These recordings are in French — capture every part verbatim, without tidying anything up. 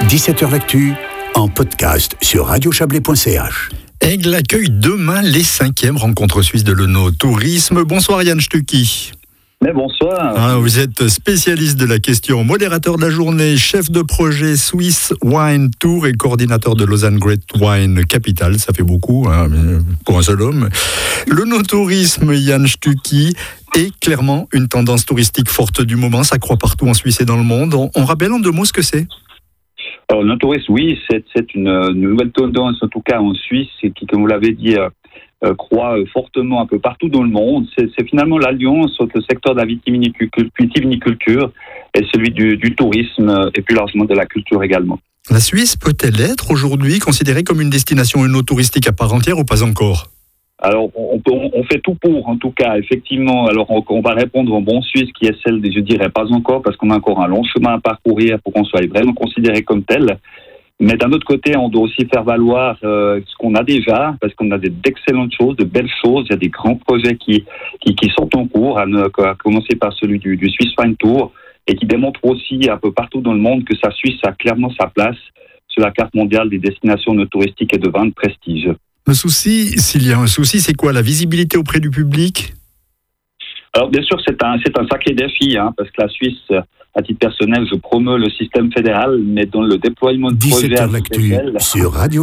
dix-sept heures L'actu, en podcast sur radio chablais point c h. Aigle accueille demain les cinquièmes rencontres suisses de l'Oenotourisme. Bonsoir Yann Stucky. Mais bonsoir. Ah, vous êtes spécialiste de la question, modérateur de la journée, chef de projet Swiss Wine Tour et coordinateur de Lausanne Great Wine Capital. Ça fait beaucoup hein, pour un seul homme. L'Oenotourisme, Yann Stucky, est clairement une tendance touristique forte du moment. Ça croît partout en Suisse et dans le monde. On, on rappelle en deux mots ce que c'est. Alors, le tourisme, oui, c'est, c'est une, une nouvelle tendance, en tout cas en Suisse, et qui, comme vous l'avez dit, euh, euh, croît fortement un peu partout dans le monde. C'est, c'est finalement l'alliance entre le secteur de la vitiviniculture et celui du, du tourisme et plus largement de la culture également. La Suisse peut-elle être aujourd'hui considérée comme une destination œnotouristique à part entière ou pas encore ? Alors, on, on, on fait tout pour, en tout cas, effectivement. Alors, on, on va répondre en bon suisse, qui est celle des, je dirais pas encore, parce qu'on a encore un long chemin à parcourir pour qu'on soit vraiment considéré comme tel. Mais d'un autre côté, on doit aussi faire valoir euh, ce qu'on a déjà, parce qu'on a des, d'excellentes choses, de belles choses. Il y a des grands projets qui, qui, qui sont en cours, à, à commencer par celui du, du Swiss Wine Tour, et qui démontrent aussi un peu partout dans le monde que sa Suisse a clairement sa place sur la carte mondiale des destinations touristiques et de vin de prestige. Le souci, s'il y a un souci, c'est quoi ? La visibilité auprès du public ? Alors bien sûr, c'est un, c'est un sacré défi, hein, parce que la Suisse, à titre personnel, je promeus le système fédéral, mais dans le déploiement de projets à cette échelle, sur Radio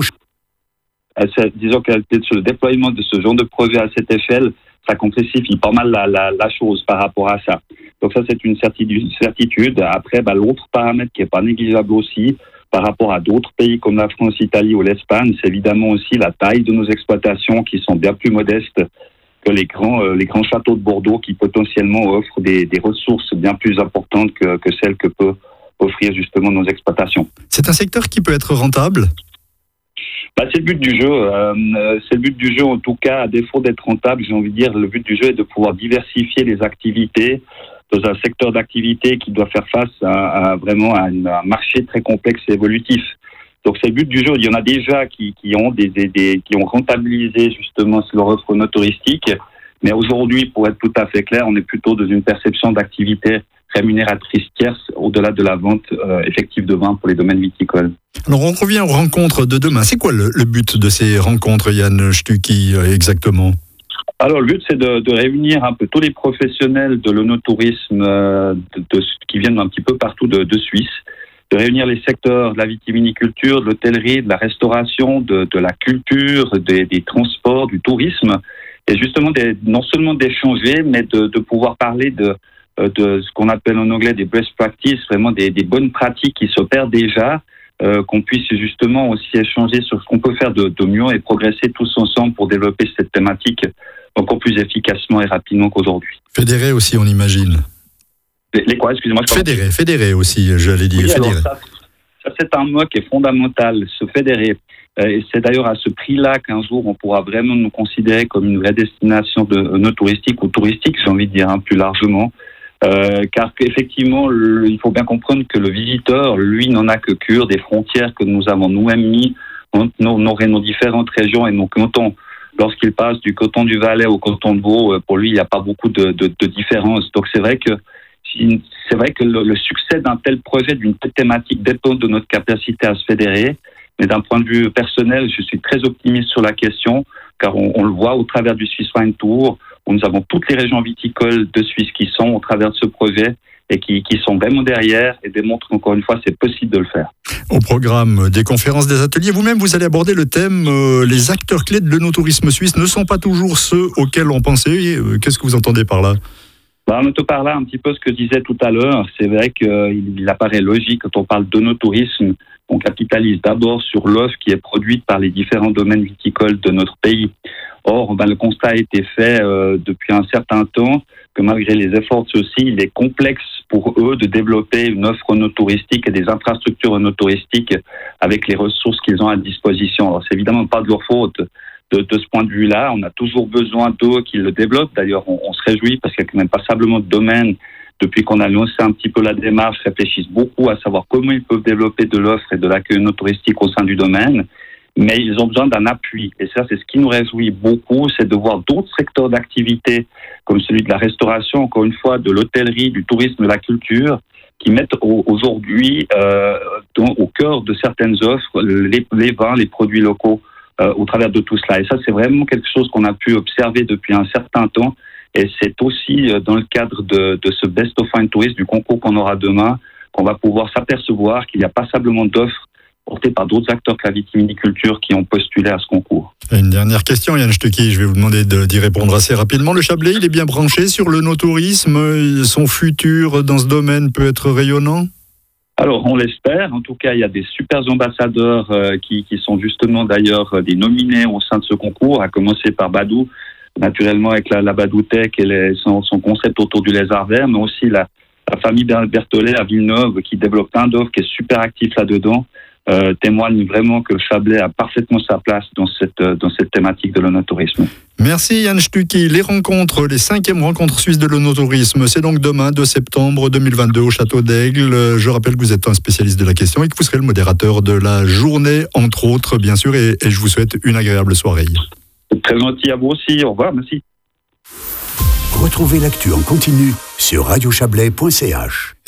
disons que sur le déploiement de ce genre de projet à cette échelle, ça complexifie pas mal la, la, la chose par rapport à ça. Donc ça, c'est une certitude. Après, bah, l'autre paramètre qui est pas négligeable aussi, par rapport à d'autres pays comme la France, l'Italie ou l'Espagne, c'est évidemment aussi la taille de nos exploitations qui sont bien plus modestes que les grands, euh, les grands châteaux de Bordeaux qui potentiellement offrent des, des ressources bien plus importantes que, que celles que peuvent offrir justement nos exploitations. C'est un secteur qui peut être rentable ? Bah, c'est le but du jeu. Euh, c'est le but du jeu en tout cas, à défaut d'être rentable, j'ai envie de dire, le but du jeu est de pouvoir diversifier les activités dans un secteur d'activité qui doit faire face à, à vraiment à, une, à un marché très complexe et évolutif. Donc c'est le but du jeu. Il y en a déjà qui, qui ont des, des, des qui ont rentabilisé justement sur leur offre no touristique, mais aujourd'hui, pour être tout à fait clair, on est plutôt dans une perception d'activité rémunératrice tierce au-delà de la vente euh, effective de vin pour les domaines viticoles. Alors on revient aux rencontres de demain. C'est quoi le, le but de ces rencontres, Yann Stucky, exactement ? Alors le but c'est de, de réunir un peu tous les professionnels de l'œnotourisme euh, de, de, qui viennent un petit peu partout de, de Suisse, de réunir les secteurs de la vitiviniculture, de l'hôtellerie, de la restauration, de, de la culture, des, des transports, du tourisme, et justement des, non seulement d'échanger, mais de, de pouvoir parler de, de ce qu'on appelle en anglais des best practices, vraiment des, des bonnes pratiques qui s'opèrent déjà, euh, qu'on puisse justement aussi échanger sur ce qu'on peut faire de, de mieux et progresser tous ensemble pour développer cette thématique encore plus efficacement et rapidement qu'aujourd'hui. Fédéré aussi, on imagine. Les, les quoi, excusez-moi. Fédéré, fédéré aussi, j'allais dire. Oui, fédéré. alors ça, ça, c'est un mot qui est fondamental, se fédérer. Euh, et c'est d'ailleurs à ce prix-là qu'un jour, on pourra vraiment nous considérer comme une vraie destination de no touristique ou touristique, j'ai envie de dire, hein, plus largement. Euh, car effectivement, le, il faut bien comprendre que le visiteur, lui, n'en a que cure des frontières que nous avons nous-mêmes mis entre nos, nos, nos différentes régions et nos cantons. Lorsqu'il passe du canton du Valais au canton de Vaud, pour lui, il n'y a pas beaucoup de, de, de différence. Donc c'est vrai que c'est vrai que le, le succès d'un tel projet, d'une telle thématique, dépend de notre capacité à se fédérer. Mais d'un point de vue personnel, je suis très optimiste sur la question, car on, on le voit au travers du Swiss Wine Tour, où nous avons toutes les régions viticoles de Suisse qui sont au travers de ce projet et qui, qui sont vraiment derrière et démontrent encore une fois c'est possible de le faire. Au programme des conférences, des ateliers, vous-même vous allez aborder le thème euh, les acteurs clés de l'œnotourisme suisse ne sont pas toujours ceux auxquels on pensait. Euh, qu'est-ce que vous entendez par là ? Bah, on entend par là un petit peu ce que je disais tout à l'heure. C'est vrai qu'il il apparaît logique quand on parle d'œnotourisme, on capitalise d'abord sur l'offre qui est produite par les différents domaines viticoles de notre pays. Or, ben, le constat a été fait euh, depuis un certain temps que malgré les efforts de ceux-ci, il est complexe pour eux de développer une offre œnotouristique et des infrastructures œnotouristiques avec les ressources qu'ils ont à disposition. Alors, c'est évidemment pas de leur faute. De, de ce point de vue-là, on a toujours besoin d'eux qui le développent. D'ailleurs, on, on se réjouit parce qu'il y a quand même passablement de domaines, depuis qu'on a lancé un petit peu la démarche, réfléchissent beaucoup à savoir comment ils peuvent développer de l'offre et de l'accueil touristique au sein du domaine. Mais ils ont besoin d'un appui. Et ça, c'est ce qui nous réjouit beaucoup, c'est de voir d'autres secteurs d'activité, comme celui de la restauration, encore une fois, de l'hôtellerie, du tourisme, de la culture, qui mettent au, aujourd'hui euh, dans, au cœur de certaines offres les, les vins, les produits locaux euh, au travers de tout cela. Et ça, c'est vraiment quelque chose qu'on a pu observer depuis un certain temps. Et c'est aussi euh, dans le cadre de, de ce Best of Wine Tourist, du concours qu'on aura demain, qu'on va pouvoir s'apercevoir qu'il n'y a pas simplement d'offres portées par d'autres acteurs que la vitiviniculture qui ont postulé à ce concours. Une dernière question, Yann Stucky, je vais vous demander de, d'y répondre assez rapidement. Le Chablais, il est bien branché sur le no-tourisme. Son futur dans ce domaine peut être rayonnant ? Alors, on l'espère. En tout cas, il y a des super ambassadeurs euh, qui, qui sont justement d'ailleurs des nominés au sein de ce concours, à commencer par Badou, naturellement avec la, la Badoutech et les, son, son concept autour du lézard vert, mais aussi la, la famille Berthollet à Villeneuve qui développe plein d'offres, qui est super actif là-dedans. Euh, témoigne vraiment que le Chablais a parfaitement sa place dans cette, dans cette thématique de l'onotourisme. Merci Yann Stucky. Les rencontres, les cinquièmes rencontres suisses de l'onotourisme, c'est donc demain, deux septembre deux mille vingt-deux au Château d'Aigle. Je rappelle que vous êtes un spécialiste de la question et que vous serez le modérateur de la journée, entre autres, bien sûr, et, et je vous souhaite une agréable soirée. Très gentil à vous aussi. Au revoir, merci. Retrouvez l'actu en continu sur radio chablais point c h.